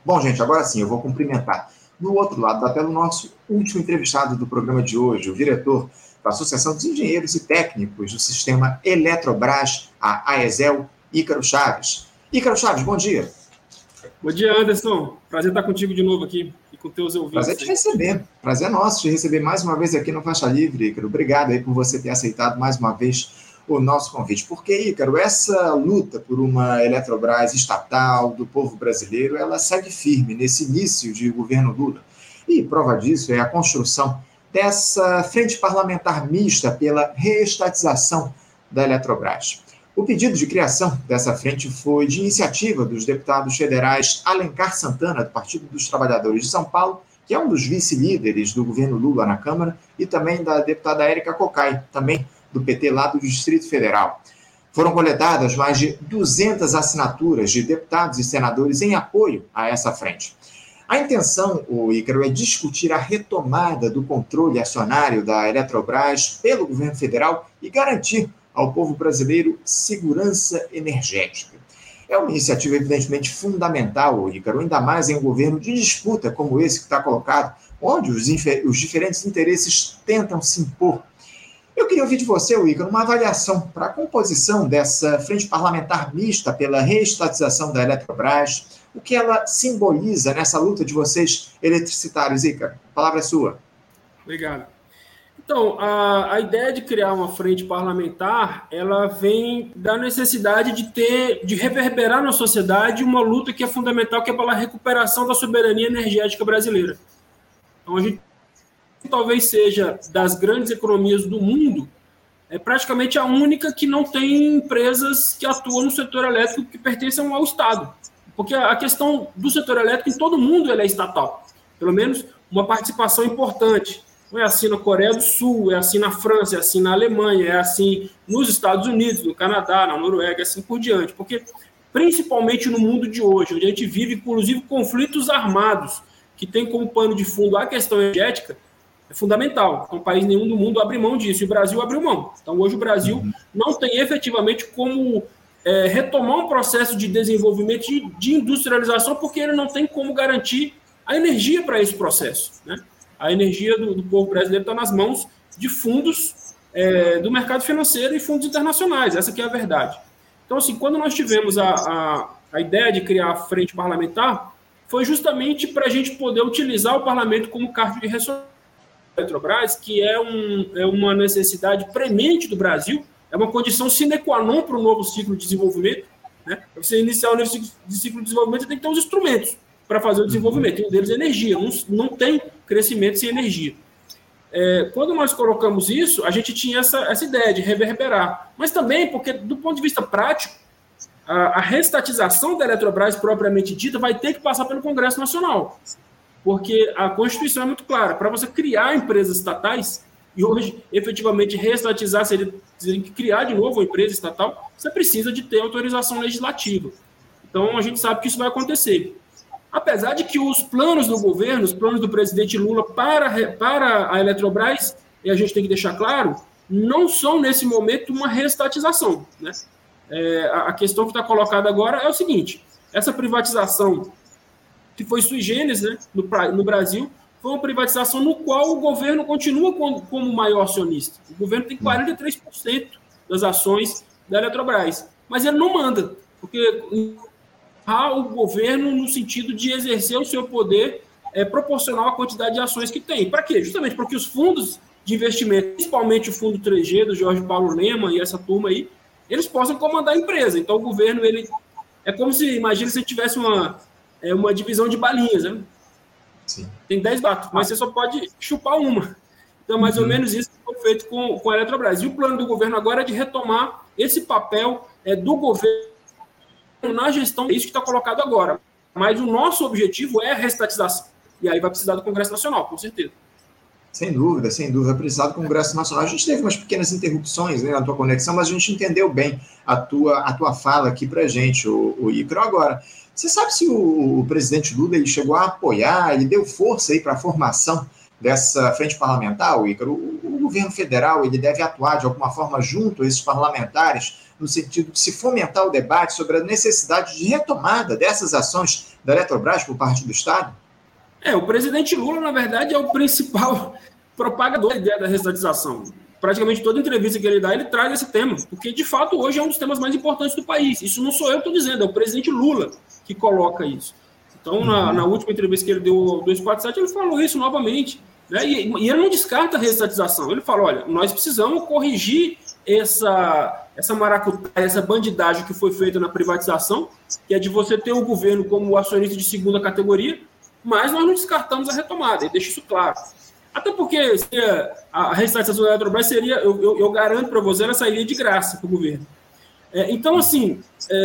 Bom, gente, agora sim, eu vou cumprimentar do outro lado da tela o nosso último entrevistado do programa de hoje, o diretor da Associação dos Engenheiros e Técnicos do Sistema Eletrobras, a AESEL, Ícaro Chaves. Ícaro Chaves, bom dia. Bom dia, Anderson. Prazer estar contigo de novo aqui e com teus ouvintes. Prazer te receber. Prazer nosso te receber mais uma vez aqui no Faixa Livre, Ícaro. Obrigado aí por você ter aceitado mais uma vez o nosso convite. Porque, Ícaro, essa luta por uma Eletrobras estatal do povo brasileiro, ela segue firme nesse início de governo Lula. E prova disso é a construção dessa frente parlamentar mista pela reestatização da Eletrobras. O pedido de criação dessa frente foi de iniciativa dos deputados federais Alencar Santana, do Partido dos Trabalhadores de São Paulo, que é um dos vice-líderes do governo Lula na Câmara, e também da deputada Érica Cocai, também do PT lá do Distrito Federal. Foram coletadas mais de 200 assinaturas de deputados e senadores em apoio a essa frente. A intenção, Ícaro, é discutir a retomada do controle acionário da Eletrobras pelo governo federal e garantir ao povo brasileiro segurança energética. É uma iniciativa evidentemente fundamental, Ícaro, ainda mais em um governo de disputa como esse que está colocado, onde os diferentes interesses tentam se impor. Eu queria ouvir de você, Ícaro, uma avaliação para a composição dessa frente parlamentar mista pela reestatização da Eletrobras, o que ela simboliza nessa luta de vocês eletricitários, Ícaro. A palavra é sua. Obrigado. Então, a ideia de criar uma frente parlamentar, ela vem da necessidade de reverberar na sociedade uma luta que é fundamental, que é pela recuperação da soberania energética brasileira. Então, a gente talvez seja das grandes economias do mundo, é praticamente a única que não tem empresas que atuam no setor elétrico que pertencem ao Estado. Porque a questão do setor elétrico em todo mundo ela é estatal. Pelo menos uma participação importante. Não é assim na Coreia do Sul, é assim na França, é assim na Alemanha, é assim nos Estados Unidos, no Canadá, na Noruega, assim por diante. Porque, principalmente no mundo de hoje, onde a gente vive, inclusive, conflitos armados, que tem como pano de fundo a questão energética, é fundamental. Então, país nenhum do mundo abre mão disso, e o Brasil abriu mão. Então, hoje o Brasil não tem efetivamente como retomar um processo de desenvolvimento, de industrialização, porque ele não tem como garantir a energia para esse processo, né? A energia do povo brasileiro está nas mãos de fundos do mercado financeiro e fundos internacionais. Essa que é a verdade. Então, assim, quando nós tivemos a ideia de criar a frente parlamentar, foi justamente para a gente poder utilizar o parlamento como carta de ressonância da Eletrobras, que é uma necessidade premente do Brasil, é uma condição sine qua non para o novo ciclo de desenvolvimento. Né? Para você iniciar o novo ciclo de desenvolvimento, você tem que ter os instrumentos para fazer o desenvolvimento. Um deles é energia. Não tem crescimento sem energia. Quando nós colocamos isso, a gente tinha essa ideia de reverberar. Mas também porque, do ponto de vista prático, a reestatização da Eletrobras propriamente dita vai ter que passar pelo Congresso Nacional. Porque a Constituição é muito clara. Para você criar empresas estatais, e hoje, efetivamente, reestatizar seria criar de novo uma empresa estatal, você precisa de ter autorização legislativa. Então, a gente sabe que isso vai acontecer. Apesar de que os planos do governo, os planos do presidente Lula para a Eletrobras, e a gente tem que deixar claro, não são, nesse momento, uma reestatização. Né? A questão que está colocada agora é o seguinte: essa privatização, que foi sui generis, né, no Brasil, foi uma privatização no qual o governo continua como o maior acionista. O governo tem 43% das ações da Eletrobras, mas ele não manda, porque o governo no sentido de exercer o seu poder proporcional à quantidade de ações que tem. Para quê? Justamente porque os fundos de investimento, principalmente o fundo 3G do Jorge Paulo Lema e essa turma aí, eles possam comandar a empresa. Então o governo, ele é como se, imagina se tivesse uma divisão de balinhas, né? Sim. Tem 10 batos, mas você só pode chupar uma. Então, mais ou menos isso que foi feito com a Eletrobras. E o plano do governo agora é de retomar esse papel do governo na gestão, é isso que está colocado agora. Mas o nosso objetivo é a reestatização. E aí vai precisar do Congresso Nacional, com certeza. Sem dúvida, vai precisar do Congresso Nacional. A gente teve umas pequenas interrupções, né, na tua conexão, mas a gente entendeu bem a tua fala aqui para a gente, o Ícaro. Agora, você sabe se o presidente Lula ele chegou a apoiar, ele deu força aí para a formação dessa frente parlamentar, Ícaro, o governo federal ele deve atuar de alguma forma junto a esses parlamentares, no sentido de se fomentar o debate sobre a necessidade de retomada dessas ações da Eletrobras por parte do Estado? O presidente Lula, na verdade, é o principal propagador da ideia da restatização. Praticamente toda entrevista que ele dá, ele traz esse tema, porque, de fato, hoje é um dos temas mais importantes do país. Isso não sou eu que estou dizendo, é o presidente Lula que coloca isso. Então, na última entrevista que ele deu ao 247, ele falou isso novamente. Né? E ele não descarta a restatização. Ele fala, olha, nós precisamos corrigir essa maracutaia, essa bandidagem que foi feita na privatização, que é de você ter o governo como acionista de segunda categoria, mas nós não descartamos a retomada, ele deixa isso claro. Até porque a restatização da Eletrobras seria, eu garanto para você, ela sairia de graça para o governo. Então, assim,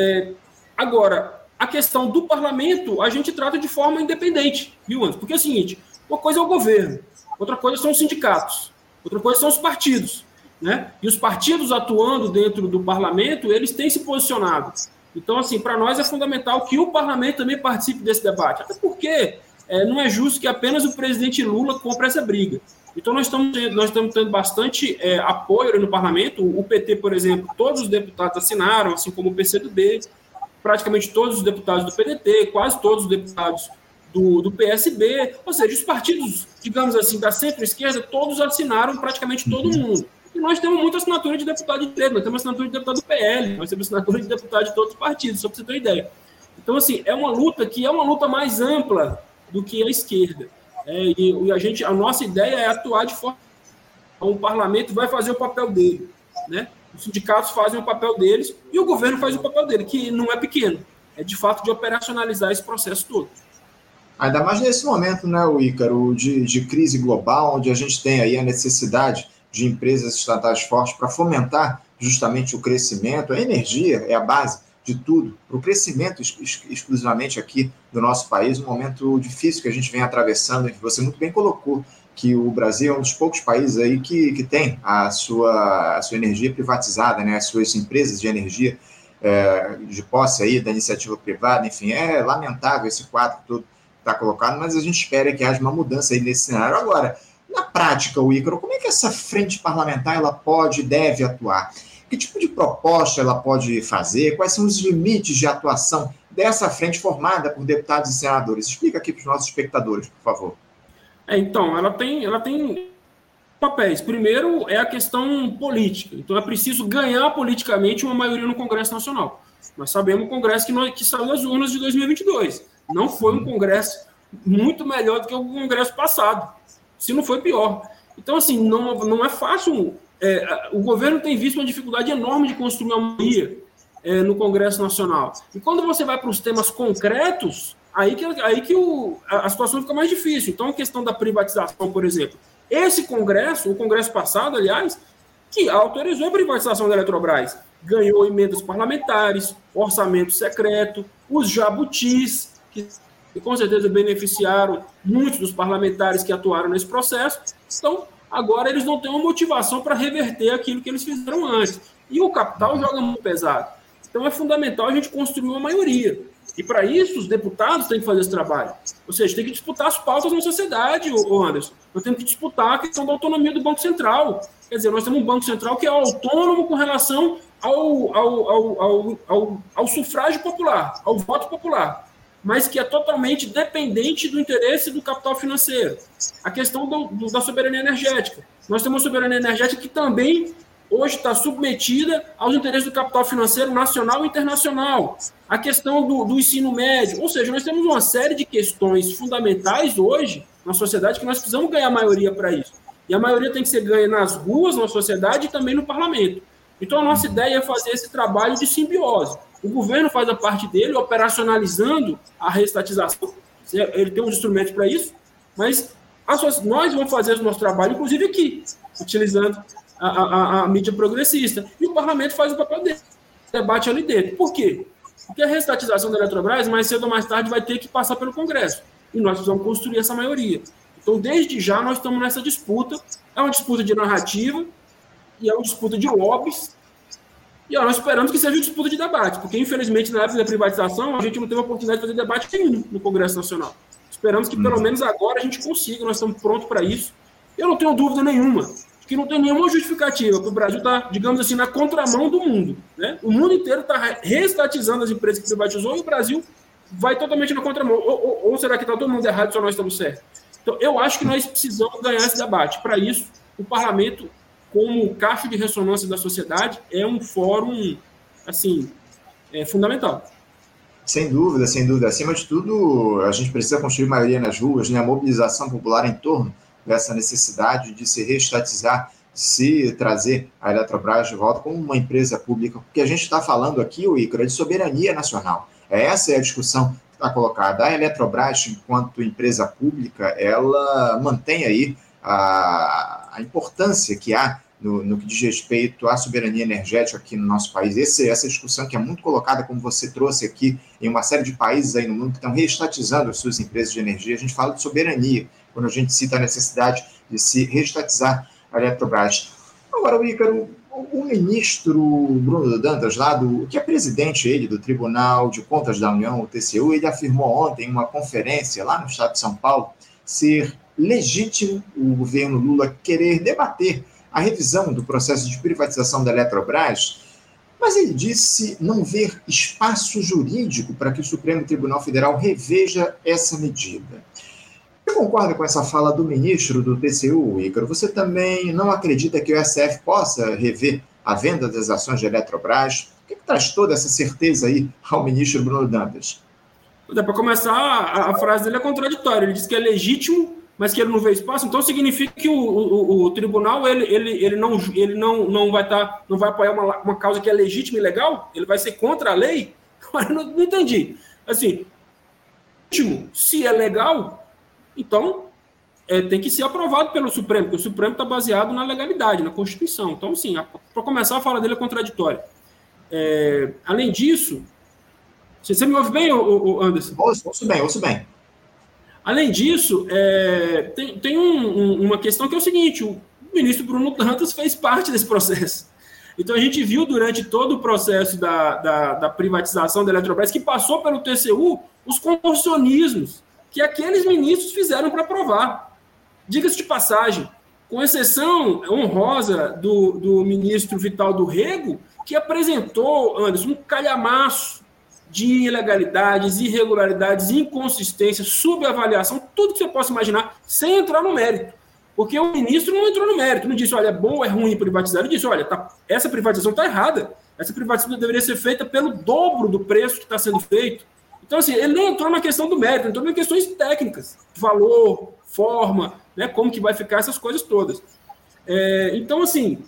agora, a questão do parlamento, a gente trata de forma independente, viu, Anderson? Porque é o seguinte, uma coisa é o governo, outra coisa são os sindicatos, outra coisa são os partidos, né? E os partidos atuando dentro do parlamento, eles têm se posicionado. Então, assim, para nós é fundamental que o parlamento também participe desse debate, até porque não é justo que apenas o presidente Lula compre essa briga. Então, nós estamos tendo bastante apoio no parlamento. O PT, por exemplo, todos os deputados assinaram, assim como o PCdoB, praticamente todos os deputados do PDT, quase todos os deputados do PSB, ou seja, os partidos, digamos assim, da centro-esquerda, todos assinaram, praticamente todo mundo. E nós temos muita assinatura de deputado de direita, nós temos assinatura de deputado do PL, nós temos assinatura de deputado de todos os partidos, só para você ter uma ideia. Então, assim, é uma luta mais ampla do que a esquerda. E a nossa ideia é atuar de forma... O parlamento vai fazer o papel dele, né? Os sindicatos fazem o papel deles e o governo faz o papel dele, que não é pequeno. É, de fato, de operacionalizar esse processo todo. Ainda mais nesse momento, né, Ícaro, de crise global, onde a gente tem aí a necessidade de empresas estatais fortes para fomentar justamente o crescimento. A energia é a base de tudo, para o crescimento exclusivamente aqui do nosso país, um momento difícil que a gente vem atravessando, e que você muito bem colocou, que o Brasil é um dos poucos países aí que tem a sua energia privatizada, né, as suas empresas de energia de posse aí da iniciativa privada. Enfim, é lamentável esse quadro todo que está colocado, mas a gente espera que haja uma mudança aí nesse cenário. Agora, na prática, Ícaro, como é que essa frente parlamentar ela pode e deve atuar? Que tipo de proposta ela pode fazer? Quais são os limites de atuação dessa frente formada por deputados e senadores? Explica aqui para os nossos espectadores, por favor. Então, ela tem papéis. Primeiro é a questão política. Então, é preciso ganhar politicamente uma maioria no Congresso Nacional. Nós sabemos o Congresso que saiu das urnas de 2022. Não foi um Congresso muito melhor do que o Congresso passado, se não foi pior. Então, assim, não é fácil... o governo tem visto uma dificuldade enorme de construir uma maioria no Congresso Nacional. E quando você vai para os temas concretos, aí que a situação fica mais difícil. Então, a questão da privatização, por exemplo. Esse Congresso, o Congresso passado, aliás, que autorizou a privatização da Eletrobras, ganhou emendas parlamentares, orçamento secreto, os jabutis, que com certeza beneficiaram muitos dos parlamentares que atuaram nesse processo. Então, agora eles não têm uma motivação para reverter aquilo que eles fizeram antes. E o capital joga muito pesado. Então é fundamental a gente construir uma maioria. E para isso os deputados têm que fazer esse trabalho. Ou seja, tem que disputar as pautas na sociedade, Anderson. Nós temos que disputar a questão da autonomia do Banco Central. Quer dizer, nós temos um Banco Central que é autônomo com relação ao sufrágio popular, ao voto popular, mas que é totalmente dependente do interesse do capital financeiro. A questão da soberania energética. Nós temos uma soberania energética que também hoje está submetida aos interesses do capital financeiro nacional e internacional. A questão do ensino médio. Ou seja, nós temos uma série de questões fundamentais hoje na sociedade que nós precisamos ganhar maioria para isso. E a maioria tem que ser ganha nas ruas, na sociedade e também no parlamento. Então, a nossa ideia é fazer esse trabalho de simbiose. O governo faz a parte dele, operacionalizando a reestatização. Ele tem uns instrumentos para isso, mas nós vamos fazer o nosso trabalho, inclusive aqui, utilizando a mídia progressista. E o parlamento faz o papel dele, debate ali dentro. Por quê? Porque a reestatização da Eletrobras, mais cedo ou mais tarde, vai ter que passar pelo Congresso. E nós precisamos construir essa maioria. Então, desde já, nós estamos nessa disputa. É uma disputa de narrativa e é uma disputa de lobbies. E nós esperamos que seja uma disputa de debate, porque, infelizmente, na época da privatização, a gente não teve a oportunidade de fazer debate nenhum no Congresso Nacional. Esperamos que pelo menos agora a gente consiga, nós estamos prontos para isso. Eu não tenho dúvida nenhuma que não tem nenhuma justificativa para o Brasil estar, digamos assim, na contramão do mundo, né? O mundo inteiro está reestatizando as empresas que privatizou e o Brasil vai totalmente na contramão. Ou será que está todo mundo errado e só nós estamos certos? Então, eu acho que nós precisamos ganhar esse debate. Para isso, o parlamento, como caixa de ressonância da sociedade, é um fórum, assim, fundamental. Sem dúvida, sem dúvida. Acima de tudo, a gente precisa construir maioria nas ruas, né? A mobilização popular em torno dessa necessidade de se reestatizar, de se trazer a Eletrobras de volta como uma empresa pública. Porque a gente está falando aqui, Ícaro, é de soberania nacional. Essa é a discussão que está colocada. A Eletrobras, enquanto empresa pública, ela mantém aí a importância que há no que diz respeito à soberania energética aqui no nosso país. Essa discussão que é muito colocada, como você trouxe aqui, em uma série de países aí no mundo que estão reestatizando as suas empresas de energia. A gente fala de soberania, quando a gente cita a necessidade de se reestatizar a Eletrobras. Agora, Ícaro, o ministro Bruno Dantas, que é presidente ele do Tribunal de Contas da União, o TCU, ele afirmou ontem em uma conferência lá no estado de São Paulo ser legítimo o governo Lula querer debater a revisão do processo de privatização da Eletrobras, mas ele disse não ver espaço jurídico para que o Supremo Tribunal Federal reveja essa medida. Você concorda com essa fala do ministro do TCU, Ícaro? Você também não acredita que o STF possa rever a venda das ações de Eletrobras? O que traz toda essa certeza aí ao ministro Bruno Dantas? Para começar, a frase dele é contraditória. Ele diz que é legítimo, mas que ele não vê espaço. Então significa que o tribunal ele não vai apoiar uma causa que é legítima e legal? Ele vai ser contra a lei? Eu não entendi. Assim, se é legal, então tem que ser aprovado pelo Supremo, porque o Supremo está baseado na legalidade, na Constituição. Então, sim, para começar, a fala dele é contraditória. Além disso, você me ouve bem, Anderson? Ouço bem. Além disso, tem uma questão que é o seguinte: o ministro Bruno Dantas fez parte desse processo. Então, a gente viu durante todo o processo da privatização da Eletrobras, que passou pelo TCU, os contorcionismos que aqueles ministros fizeram para aprovar. Diga-se de passagem, com exceção honrosa do ministro Vital do Rego, que apresentou, Anderson, um calhamaço de ilegalidades, irregularidades, inconsistências, subavaliação, tudo que você possa imaginar, sem entrar no mérito. Porque o ministro não entrou no mérito, não disse, olha, é bom ou é ruim privatizar, ele disse, olha, essa privatização está errada, essa privatização deveria ser feita pelo dobro do preço que está sendo feito. Então, assim, ele não entrou na questão do mérito, entrou em questões técnicas, valor, forma, né, como que vai ficar essas coisas todas. Então, assim,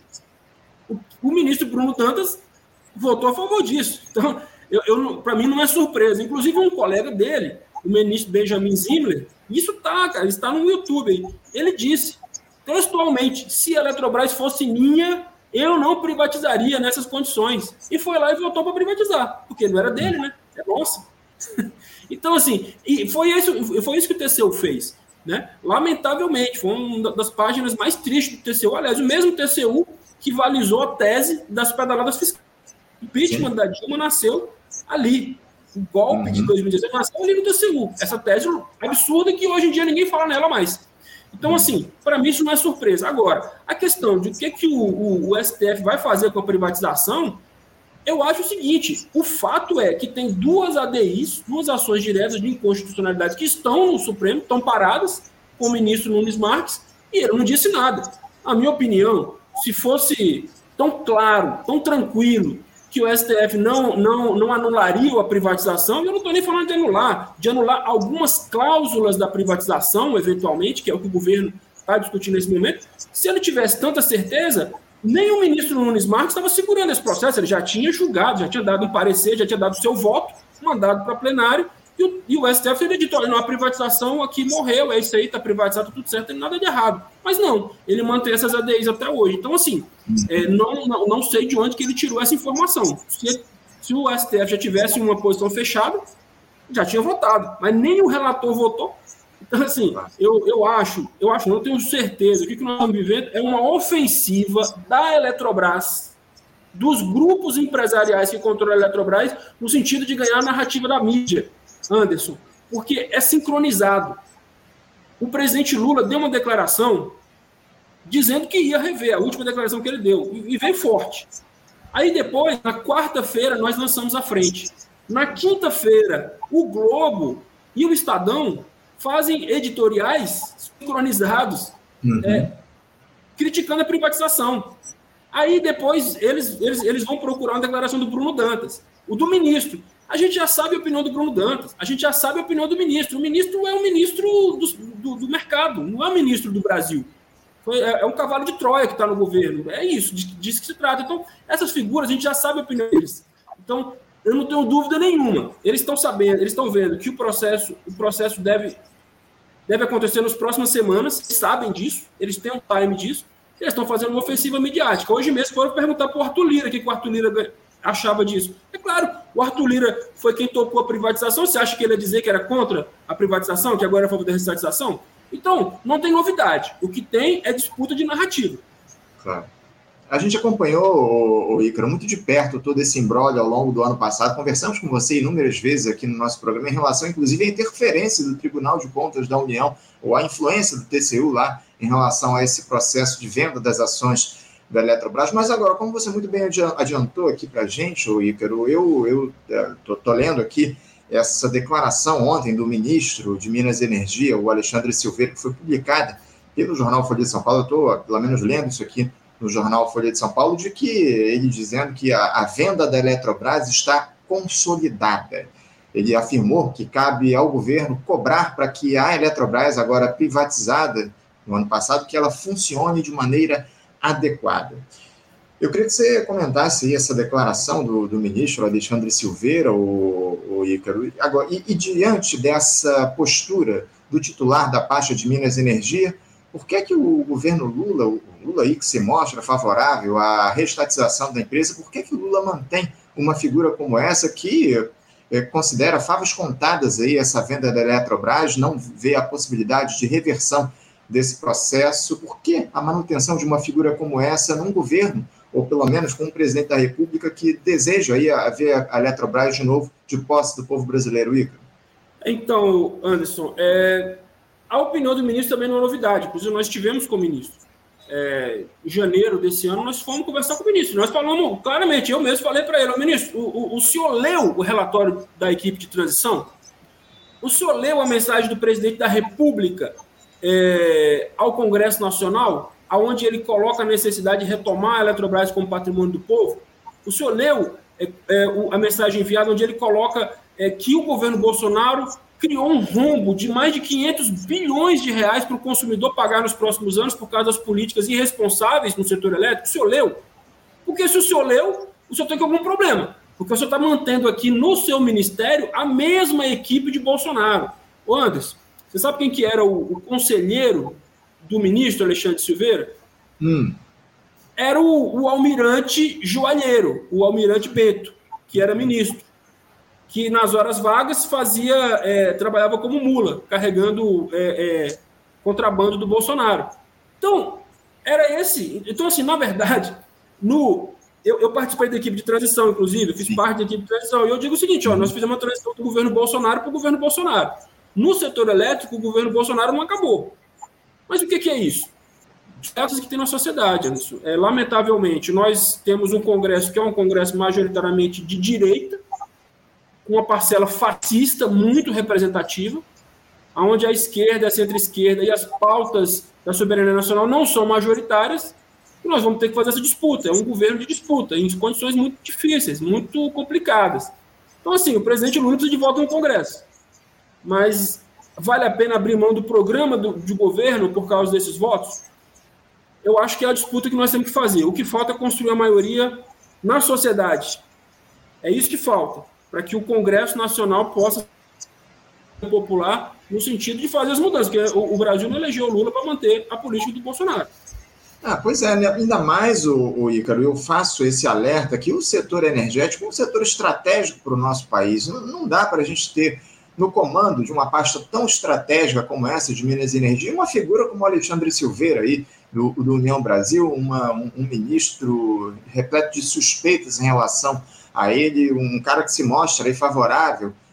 o ministro Bruno Dantas votou a favor disso. Então, para mim não é surpresa. Inclusive, um colega dele, o ministro Benjamin Zimmer, isso está no YouTube aí. Ele disse, textualmente, se a Eletrobras fosse minha, eu não privatizaria nessas condições. E foi lá e votou para privatizar, porque não era dele, né? É nossa. Então, assim, e foi isso que o TCU fez, né? Lamentavelmente, foi uma das páginas mais tristes do TCU. Aliás, o mesmo TCU que balizou a tese das pedaladas fiscais. O impeachment da Dilma nasceu ali. O golpe de 2016 nasceu ali no TCU. Essa tese absurda que hoje em dia ninguém fala nela mais. Então, assim, para mim isso não é surpresa. Agora, a questão de o que o STF vai fazer com a privatização, eu acho o seguinte: o fato é que tem duas ADIs, duas ações diretas de inconstitucionalidade que estão no Supremo, estão paradas com o ministro Nunes Marques, e ele não disse nada. A minha opinião, se fosse tão claro, tão tranquilo, que o STF não anularia a privatização, eu não estou nem falando de anular algumas cláusulas da privatização, eventualmente, que é o que o governo está discutindo nesse momento. Se ele tivesse tanta certeza, nem o ministro Nunes Marques estava segurando esse processo, ele já tinha julgado, já tinha dado um parecer, já tinha dado o seu voto, mandado para plenário, e o STF teria dito, olha, a privatização aqui morreu, é isso aí, está privatizado, tudo certo, não tem nada de errado. Mas não, ele mantém essas ADIs até hoje. Então, assim, não sei de onde que ele tirou essa informação. Se o STF já tivesse uma posição fechada, já tinha votado, mas nem o relator votou. Então, assim, eu acho, não tenho certeza, o que nós estamos vivendo é uma ofensiva da Eletrobras, dos grupos empresariais que controlam a Eletrobras, no sentido de ganhar a narrativa da mídia. Anderson, porque é sincronizado. O presidente Lula deu uma declaração dizendo que ia rever, a última declaração que ele deu, e veio forte. Aí depois, na quarta-feira, nós lançamos a frente. Na quinta-feira, o Globo e o Estadão fazem editoriais sincronizados, criticando a privatização. Aí depois eles vão procurar uma declaração do Bruno Dantas, o do ministro. A gente já sabe a opinião do Bruno Dantas, a gente já sabe a opinião do ministro. O ministro é o ministro do mercado, não é o ministro do Brasil. É um cavalo de Troia que está no governo. É isso, disso que se trata. Então, essas figuras, a gente já sabe a opinião deles. Então, eu não tenho dúvida nenhuma. Eles estão sabendo, eles estão vendo que o processo deve acontecer nas próximas semanas. Eles sabem disso, eles têm um time disso. Eles estão fazendo uma ofensiva midiática. Hoje mesmo foram perguntar para o Arthur Lira o que o Arthur Lira achava disso. É claro, o Arthur Lira foi quem tocou a privatização. Você acha que ele ia dizer que era contra a privatização, que agora é a favor da restatização? Então, não tem novidade. O que tem é disputa de narrativa. Claro. A gente acompanhou, Ícaro, muito de perto todo esse imbróglio ao longo do ano passado. Conversamos com você inúmeras vezes aqui no nosso programa em relação, inclusive, à interferência do Tribunal de Contas da União ou a influência do TCU lá em relação a esse processo de venda das ações da Eletrobras. Mas agora, como você muito bem adiantou aqui para a gente, Ícaro, eu estou lendo aqui essa declaração ontem do ministro de Minas e Energia, o Alexandre Silveira, que foi publicada pelo jornal Folha de São Paulo. Eu estou, pelo menos, lendo isso aqui no jornal Folha de São Paulo, de que ele dizendo que a venda da Eletrobras está consolidada. Ele afirmou que cabe ao governo cobrar para que a Eletrobras, agora privatizada no ano passado, que ela funcione de maneira adequada. Eu queria que você comentasse aí essa declaração do ministro Alexandre Silveira, o Ícaro. Agora, e diante dessa postura do titular da pasta de Minas e Energia, por que o governo Lula, o Lula aí que se mostra favorável à reestatização da empresa, por que o Lula mantém uma figura como essa que considera favas contadas aí essa venda da Eletrobras, não vê a possibilidade de reversão desse processo? Por que a manutenção de uma figura como essa num governo, ou pelo menos com um presidente da República que deseja aí ver a Eletrobras de novo de posse do povo brasileiro, Ícaro? Então, Anderson, a opinião do ministro também não é novidade, inclusive nós estivemos com o ministro. Em janeiro desse ano, nós fomos conversar com o ministro. Nós falamos claramente, eu mesmo falei para ele, ministro, o senhor leu o relatório da equipe de transição? O senhor leu a mensagem do presidente da República ao Congresso Nacional, onde ele coloca a necessidade de retomar a Eletrobras como patrimônio do povo? O senhor leu a mensagem enviada onde ele coloca que o governo Bolsonaro criou um rombo de mais de 500 bilhões de reais para o consumidor pagar nos próximos anos por causa das políticas irresponsáveis no setor elétrico? O senhor leu? Porque se o senhor leu, o senhor tem algum problema. Porque o senhor está mantendo aqui no seu ministério a mesma equipe de Bolsonaro. Ô Anderson, você sabe quem que era o conselheiro do ministro Alexandre Silveira? Era o almirante joalheiro, o almirante Bento, que era ministro, que nas horas vagas trabalhava como mula, carregando contrabando do Bolsonaro. Então, era esse. Então, assim, na verdade, eu participei da equipe de transição, inclusive, fiz parte da equipe de transição, e eu digo o seguinte, nós fizemos uma transição do governo Bolsonaro para o governo Bolsonaro. No setor elétrico, o governo Bolsonaro não acabou. Mas o que é isso? Dificuldades que tem na sociedade, Anderson. Lamentavelmente, nós temos um Congresso que é um Congresso majoritariamente de direita, com uma parcela fascista muito representativa, onde a esquerda, a centro-esquerda e as pautas da soberania nacional não são majoritárias, e nós vamos ter que fazer essa disputa. É um governo de disputa, em condições muito difíceis, muito complicadas. Então, assim, o presidente Lula precisa de volta no Congresso. Mas vale a pena abrir mão do programa de governo por causa desses votos? Eu acho que é a disputa que nós temos que fazer. O que falta é construir a maioria na sociedade. É isso que falta, para que o Congresso Nacional possa ser popular no sentido de fazer as mudanças, porque o Brasil não elegeu o Lula para manter a política do Bolsonaro. Pois é, né? Ainda mais, o Ícaro, eu faço esse alerta que o setor energético é um setor estratégico para o nosso país. Não dá para a gente ter no comando de uma pasta tão estratégica como essa de Minas e Energia, uma figura como Alexandre Silveira, aí, do União Brasil, um ministro repleto de suspeitas em relação a ele, um cara que se mostra aí favorável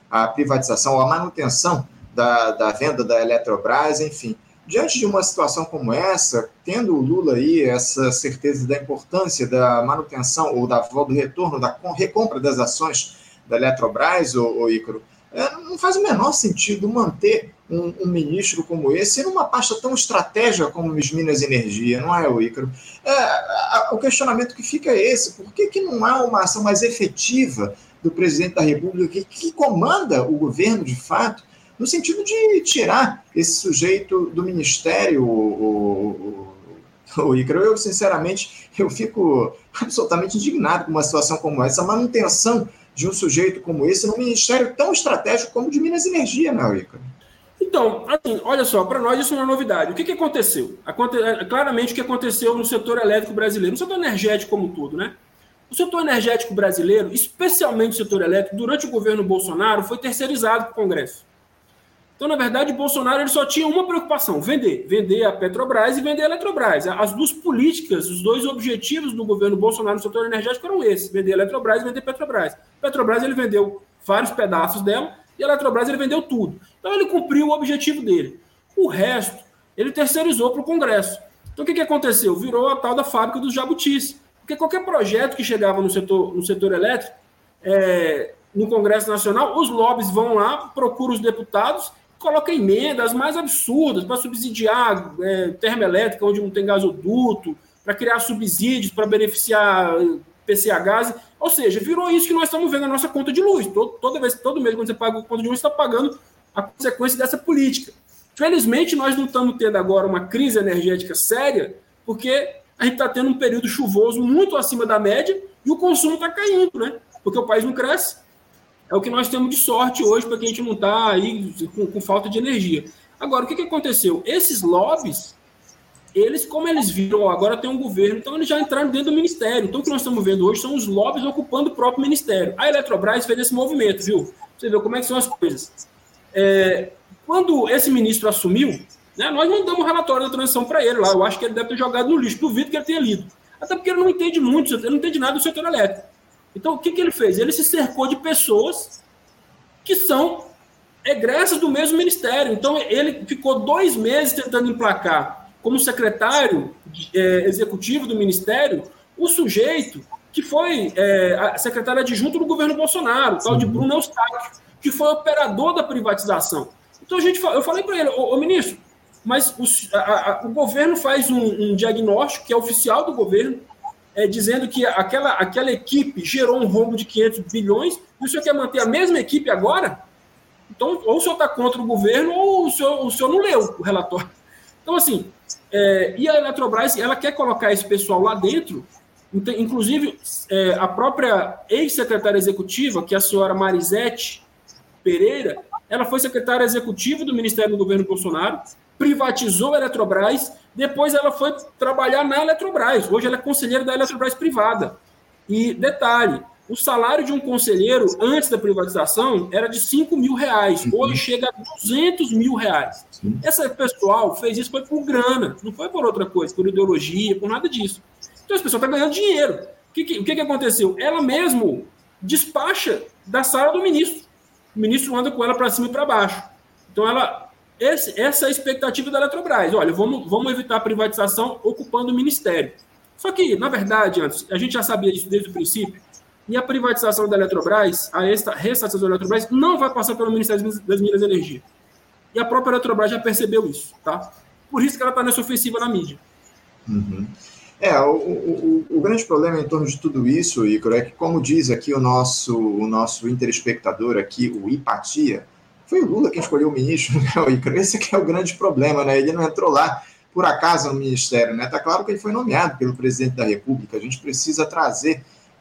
a privatização ou a manutenção da venda da Eletrobras, enfim. Diante de uma situação como essa, tendo o Lula aí essa certeza da importância da manutenção ou do retorno, da recompra das ações da Eletrobras, o Ícaro, não faz o menor sentido manter um ministro como esse numa pasta tão estratégica como os Minas e Energia, não é, Ícaro? O questionamento que fica é esse: por que não há uma ação mais efetiva do presidente da República que comanda o governo de fato, no sentido de tirar esse sujeito do ministério, o Ícaro? Eu, sinceramente, fico absolutamente indignado com uma situação como essa, a manutenção de um sujeito como esse num ministério tão estratégico como o de Minas e Energia, né, Ícaro? Então, assim, olha só, para nós isso não é novidade. O que aconteceu? Claramente o que aconteceu no setor elétrico brasileiro, no setor energético como um todo, né? O setor energético brasileiro, especialmente o setor elétrico, durante o governo Bolsonaro, foi terceirizado para o Congresso. Então, na verdade, o Bolsonaro ele só tinha uma preocupação: vender a Petrobras e vender a Eletrobras. As duas políticas, os dois objetivos do governo Bolsonaro no setor energético eram esses: vender a Eletrobras e vender a Petrobras. A Petrobras ele vendeu vários pedaços dela e a Eletrobras ele vendeu tudo. Então, ele cumpriu o objetivo dele. O resto, ele terceirizou para o Congresso. Então, o que aconteceu? Virou a tal da fábrica dos jabutis. Porque qualquer projeto que chegava no setor elétrico, no Congresso Nacional, os lobbies vão lá, procuram os deputados, coloca emendas mais absurdas para subsidiar termoelétrica onde não tem gasoduto, para criar subsídios para beneficiar PCHs. Ou seja, virou isso que nós estamos vendo na nossa conta de luz. Todo mês, quando você paga a conta de luz, você está pagando a consequência dessa política. Felizmente, nós não estamos tendo agora uma crise energética séria, porque a gente está tendo um período chuvoso muito acima da média e o consumo está caindo, né? Porque o país não cresce. É o que nós temos de sorte hoje, para que a gente não está aí com falta de energia. Agora, o que aconteceu? Esses lobbies, como eles viram, agora tem um governo, então eles já entraram dentro do ministério. Então, o que nós estamos vendo hoje são os lobbies ocupando o próprio ministério. A Eletrobras fez esse movimento, viu? Você vê como é que são as coisas. Quando esse ministro assumiu, né, nós mandamos um relatório da transição para ele lá. Eu acho que ele deve ter jogado no lixo. Duvido que ele tenha lido. Até porque ele não entende muito, ele não entende nada do setor elétrico. Então, o que ele fez? Ele se cercou de pessoas que são egressas do mesmo ministério. Então, ele ficou 2 meses tentando emplacar como secretário executivo do ministério o sujeito que foi secretário adjunto do governo Bolsonaro, o tal de Bruno Eustáquio, que foi operador da privatização. Então, eu falei para ele: ô ministro, mas o governo faz um diagnóstico que é oficial do governo, dizendo que aquela equipe gerou um rombo de 500 bilhões e o senhor quer manter a mesma equipe agora? Então, ou o senhor está contra o governo ou o senhor não leu o relatório. Então, assim, e a Eletrobras, ela quer colocar esse pessoal lá dentro, inclusive a própria ex-secretária executiva, que é a senhora Marisete Pereira, ela foi secretária executiva do Ministério do Governo Bolsonaro, privatizou a Eletrobras, depois ela foi trabalhar na Eletrobras. Hoje ela é conselheira da Eletrobras privada. E, detalhe, o salário de um conselheiro antes da privatização era de R$5 mil. Hoje chega a R$200 mil. Essa pessoal fez isso foi por grana, não foi por outra coisa, por ideologia, por nada disso. Então, essa pessoa está ganhando dinheiro. O que aconteceu? Ela mesmo despacha da sala do ministro. O ministro anda com ela para cima e para baixo. Então, essa é a expectativa da Eletrobras. Olha, vamos evitar a privatização ocupando o ministério. Só que, na verdade, antes, a gente já sabia disso desde o princípio, e a privatização da Eletrobras, a restatização da Eletrobras, não vai passar pelo Ministério das Minas e Energia. E a própria Eletrobras já percebeu isso, tá? Por isso que ela está nessa ofensiva na mídia. Uhum. O grande problema em torno de tudo isso, Ícaro, é que, como diz aqui o nosso interespectador aqui, o Hipatia, foi o Lula quem escolheu o ministro, né, Ícaro? Esse aqui é o grande problema, né? Ele não entrou lá por acaso no ministério, né? Está claro que ele foi nomeado pelo presidente da República. A gente precisa trazer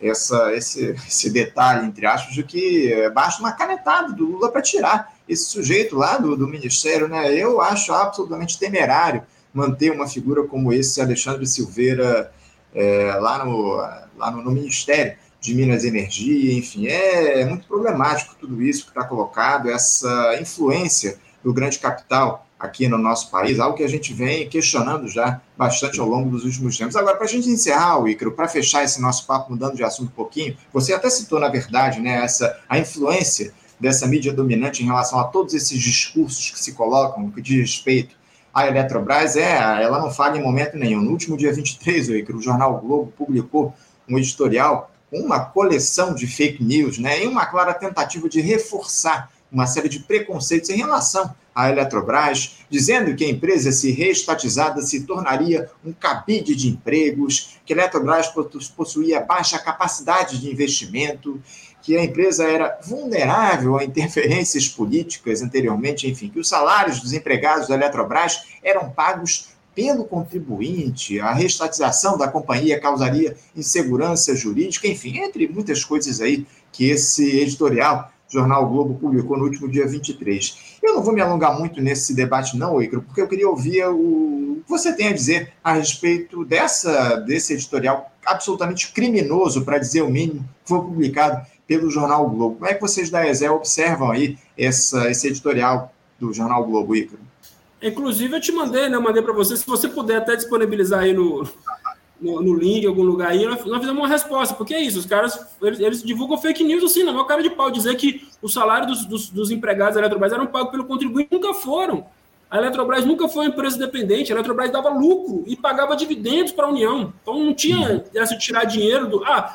esse detalhe, entre aspas, de que basta uma canetada do Lula para tirar esse sujeito lá do ministério, né? Eu acho absolutamente temerário manter uma figura como esse Alexandre Silveira lá no Ministério de Minas e Energia. Enfim, é muito problemático tudo isso que está colocado, essa influência do grande capital aqui no nosso país, algo que a gente vem questionando já bastante ao longo dos últimos tempos. Agora, para a gente encerrar, Ícaro, para fechar esse nosso papo, mudando de assunto um pouquinho, você até citou, na verdade, né, a influência dessa mídia dominante em relação a todos esses discursos que se colocam, que diz respeito à Eletrobras, ela não falha em momento nenhum. No último dia 23, o jornal o Globo publicou um editorial com uma coleção de fake news, né, em uma clara tentativa de reforçar uma série de preconceitos em relação à Eletrobras, dizendo que a empresa, se reestatizada, se tornaria um cabide de empregos, que a Eletrobras possuía baixa capacidade de investimento, que a empresa era vulnerável a interferências políticas anteriormente, enfim, que os salários dos empregados da Eletrobras eram pagos pelo contribuinte, a reestatização da companhia causaria insegurança jurídica, enfim, entre muitas coisas aí que esse editorial Jornal o Globo publicou no último dia 23. Eu não vou me alongar muito nesse debate não, Ícaro, porque eu queria ouvir o que você tem a dizer a respeito desse editorial absolutamente criminoso, para dizer o mínimo, que foi publicado pelo Jornal o Globo. Como é que vocês da ESE observam aí esse editorial do Jornal o Globo, Ícaro? Inclusive, eu te mandei, né? Eu mandei para você, se você puder até disponibilizar aí no link, em algum lugar aí, nós fizemos uma resposta, porque é isso, os caras, eles divulgam fake news assim, na maior cara de pau, dizer que o salário dos empregados da Eletrobras eram pagos pelo contribuinte, nunca foram. A Eletrobras nunca foi uma empresa dependente, a Eletrobras dava lucro e pagava dividendos para a União, então não tinha essa de tirar dinheiro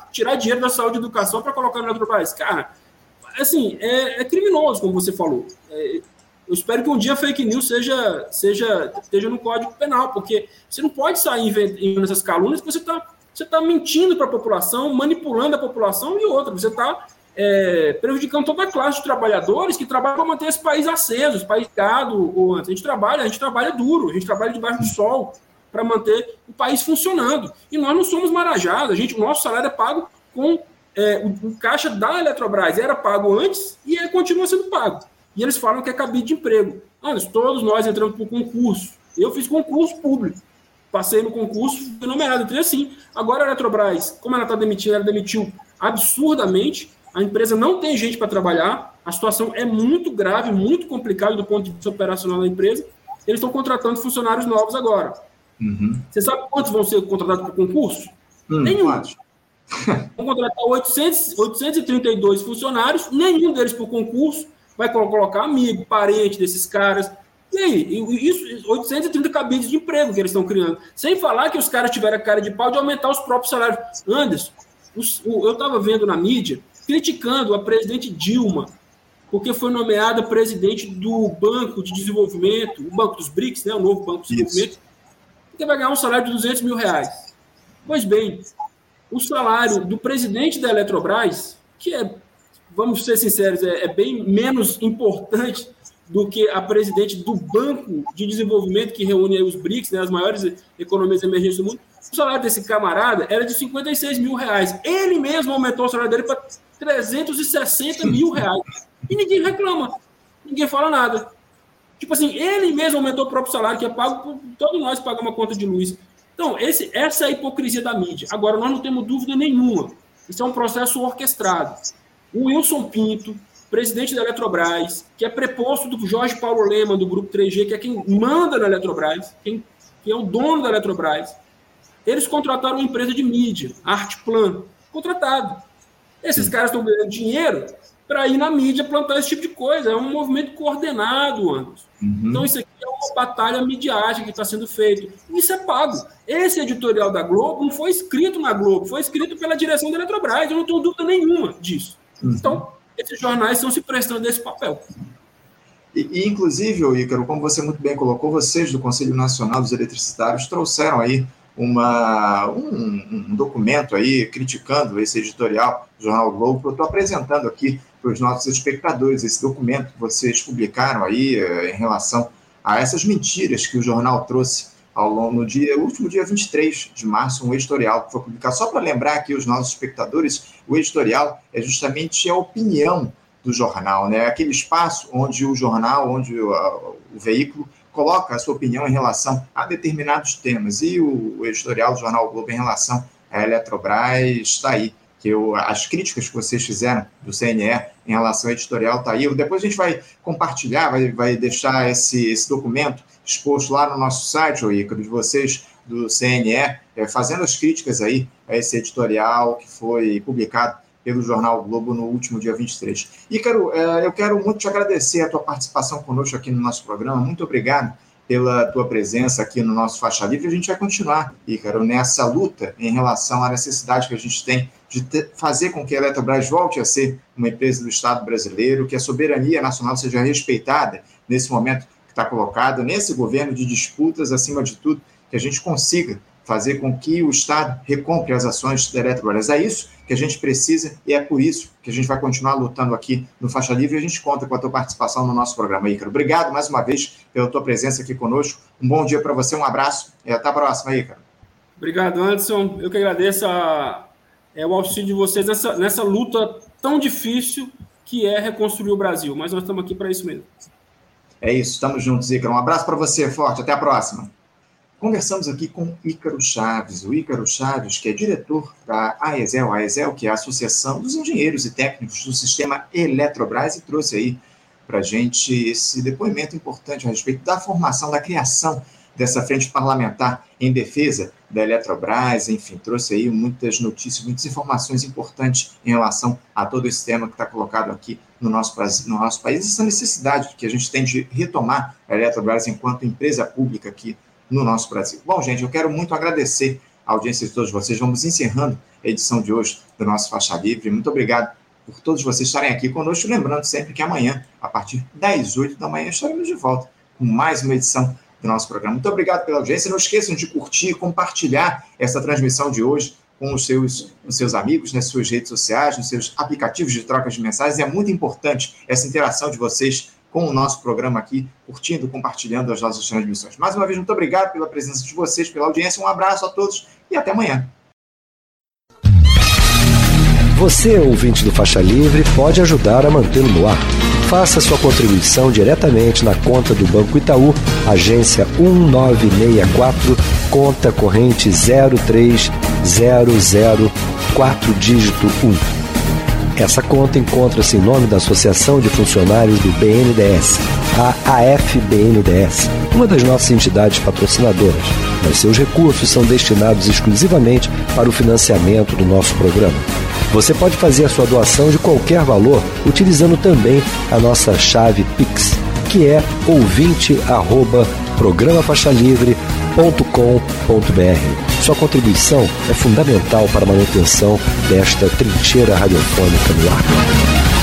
da saúde e educação para colocar na Eletrobras. Cara, assim, é criminoso, como você falou. Eu espero que um dia a fake news esteja no Código Penal, porque você não pode sair inventando essas calúnias, porque você tá mentindo para a população, manipulando a população, e outra, você está prejudicando toda a classe de trabalhadores que trabalham para manter esse país aceso, esse país gado. A gente trabalha duro, a gente trabalha debaixo do sol para manter o país funcionando. E nós não somos marajados, o nosso salário é pago com o caixa da Eletrobras, era pago antes e continua sendo pago. E eles falam que é cabide de emprego. Todos nós entramos por concurso. Eu fiz concurso público. Passei no concurso, fui nomeado, entrei assim. Agora a Eletrobras, como ela está demitindo, ela demitiu absurdamente. A empresa não tem gente para trabalhar. A situação é muito grave, muito complicada do ponto de vista operacional da empresa. Eles estão contratando funcionários novos agora. Você sabe quantos vão ser contratados por concurso? Nenhum. Vão contratar 832 funcionários, nenhum deles por concurso. Vai colocar amigo, parente desses caras. E aí? Isso, 830 cabides de emprego que eles estão criando. Sem falar que os caras tiveram a cara de pau de aumentar os próprios salários. Anderson, eu estava vendo na mídia, criticando a presidente Dilma, porque foi nomeada presidente do Banco de Desenvolvimento, o Banco dos BRICS, né, o novo Banco de Desenvolvimento, que vai ganhar um salário de R$200 mil. Pois bem, o salário do presidente da Eletrobras, que vamos ser sinceros, é bem menos importante do que a presidente do Banco de Desenvolvimento, que reúne aí os BRICS, né, as maiores economias emergentes do mundo. O salário desse camarada era de R$56 mil. Ele mesmo aumentou o salário dele para R$360 mil. E ninguém reclama. Ninguém fala nada. Tipo assim, ele mesmo aumentou o próprio salário, que é pago por todos nós pagamos uma conta de luz. Então, essa é a hipocrisia da mídia. Agora, nós não temos dúvida nenhuma. Isso é um processo orquestrado. O Wilson Pinto, presidente da Eletrobras, que é preposto do Jorge Paulo Lemann, do Grupo 3G, que é quem manda na Eletrobras, quem é o dono da Eletrobras, eles contrataram uma empresa de mídia, Artplan, contratado. Esses caras estão ganhando dinheiro para ir na mídia plantar esse tipo de coisa. É um movimento coordenado, Anderson. Então, isso aqui é uma batalha midiática que está sendo feita. Isso é pago. Esse editorial da Globo não foi escrito na Globo, foi escrito pela direção da Eletrobras. Eu não tenho dúvida nenhuma disso. Então, esses jornais estão se prestando desse papel. E inclusive, Ícaro, como você muito bem colocou, vocês do Conselho Nacional dos Eletricitários trouxeram aí um documento aí criticando esse editorial do Jornal Globo. Eu estou apresentando aqui para os nossos espectadores esse documento que vocês publicaram aí em relação a essas mentiras que o jornal trouxe ao longo do último dia 23 de março, um editorial que foi publicado. Só para lembrar aqui os nossos espectadores, o editorial é justamente a opinião do jornal, né? Aquele espaço onde o jornal, onde o veículo coloca a sua opinião em relação a determinados temas. E o editorial do Jornal o Globo em relação à Eletrobras está aí. As críticas que vocês fizeram do CNE em relação ao editorial está aí. Depois a gente vai compartilhar, vai deixar esse documento exposto lá no nosso site, Ícaro, de vocês do CNE, fazendo as críticas aí a esse editorial que foi publicado pelo Jornal Globo no último dia 23. Ícaro, eu quero muito te agradecer a tua participação conosco aqui no nosso programa. Muito obrigado pela tua presença aqui no nosso Faixa Livre. A gente vai continuar, Ícaro, nessa luta em relação à necessidade que a gente tem de fazer com que a Eletrobras volte a ser uma empresa do Estado brasileiro, que a soberania nacional seja respeitada nesse momento que está colocado, nesse governo de disputas, acima de tudo, que a gente consiga fazer com que o Estado recompre as ações da Eletrobras. É isso que a gente precisa e é por isso que a gente vai continuar lutando aqui no Faixa Livre e a gente conta com a tua participação no nosso programa, Ícaro. Obrigado mais uma vez pela tua presença aqui conosco. Um bom dia para você, um abraço e até a próxima, Ícaro. Obrigado, Anderson. Eu que agradeço o auxílio de vocês nessa luta tão difícil que é reconstruir o Brasil, mas nós estamos aqui para isso mesmo. É isso, estamos juntos, Ícaro. Um abraço para você, forte, até a próxima. Conversamos aqui com Ícaro Chaves, o Ícaro Chaves, que é diretor da AESEL, que é a Associação dos Engenheiros e Técnicos do Sistema Eletrobras, e trouxe aí para a gente esse depoimento importante a respeito da formação, da criação dessa frente parlamentar em defesa da Eletrobras, enfim, trouxe aí muitas notícias, muitas informações importantes em relação a todo esse tema que está colocado aqui no nosso país, essa necessidade que a gente tem de retomar a Eletrobras enquanto empresa pública aqui no nosso Brasil. Bom, gente, eu quero muito agradecer a audiência de todos vocês. Vamos encerrando a edição de hoje do nosso Faixa Livre. Muito obrigado por todos vocês estarem aqui conosco. Lembrando sempre que amanhã, a partir das 8 da manhã, estaremos de volta com mais uma edição do nosso programa. Muito obrigado pela audiência. Não esqueçam de curtir e compartilhar essa transmissão de hoje com os seus amigos, nas suas redes sociais, nos seus aplicativos de troca de mensagens. É muito importante essa interação de vocês com o nosso programa aqui, curtindo, compartilhando as nossas transmissões. Mais uma vez, muito obrigado pela presença de vocês, pela audiência, um abraço a todos e até amanhã. Você, ouvinte do Faixa Livre, pode ajudar a mantê-lo no ar. Faça sua contribuição diretamente na conta do Banco Itaú, agência 1964, conta corrente 03004, dígito 1. Essa conta encontra-se em nome da Associação de Funcionários do BNDES, a AFBNDES, uma das nossas entidades patrocinadoras, mas seus recursos são destinados exclusivamente para o financiamento do nosso programa. Você pode fazer a sua doação de qualquer valor utilizando também a nossa chave Pix, que é ouvinte@programafaixalivre.com.br. Sua contribuição é fundamental para a manutenção desta trincheira radiofônica no ar.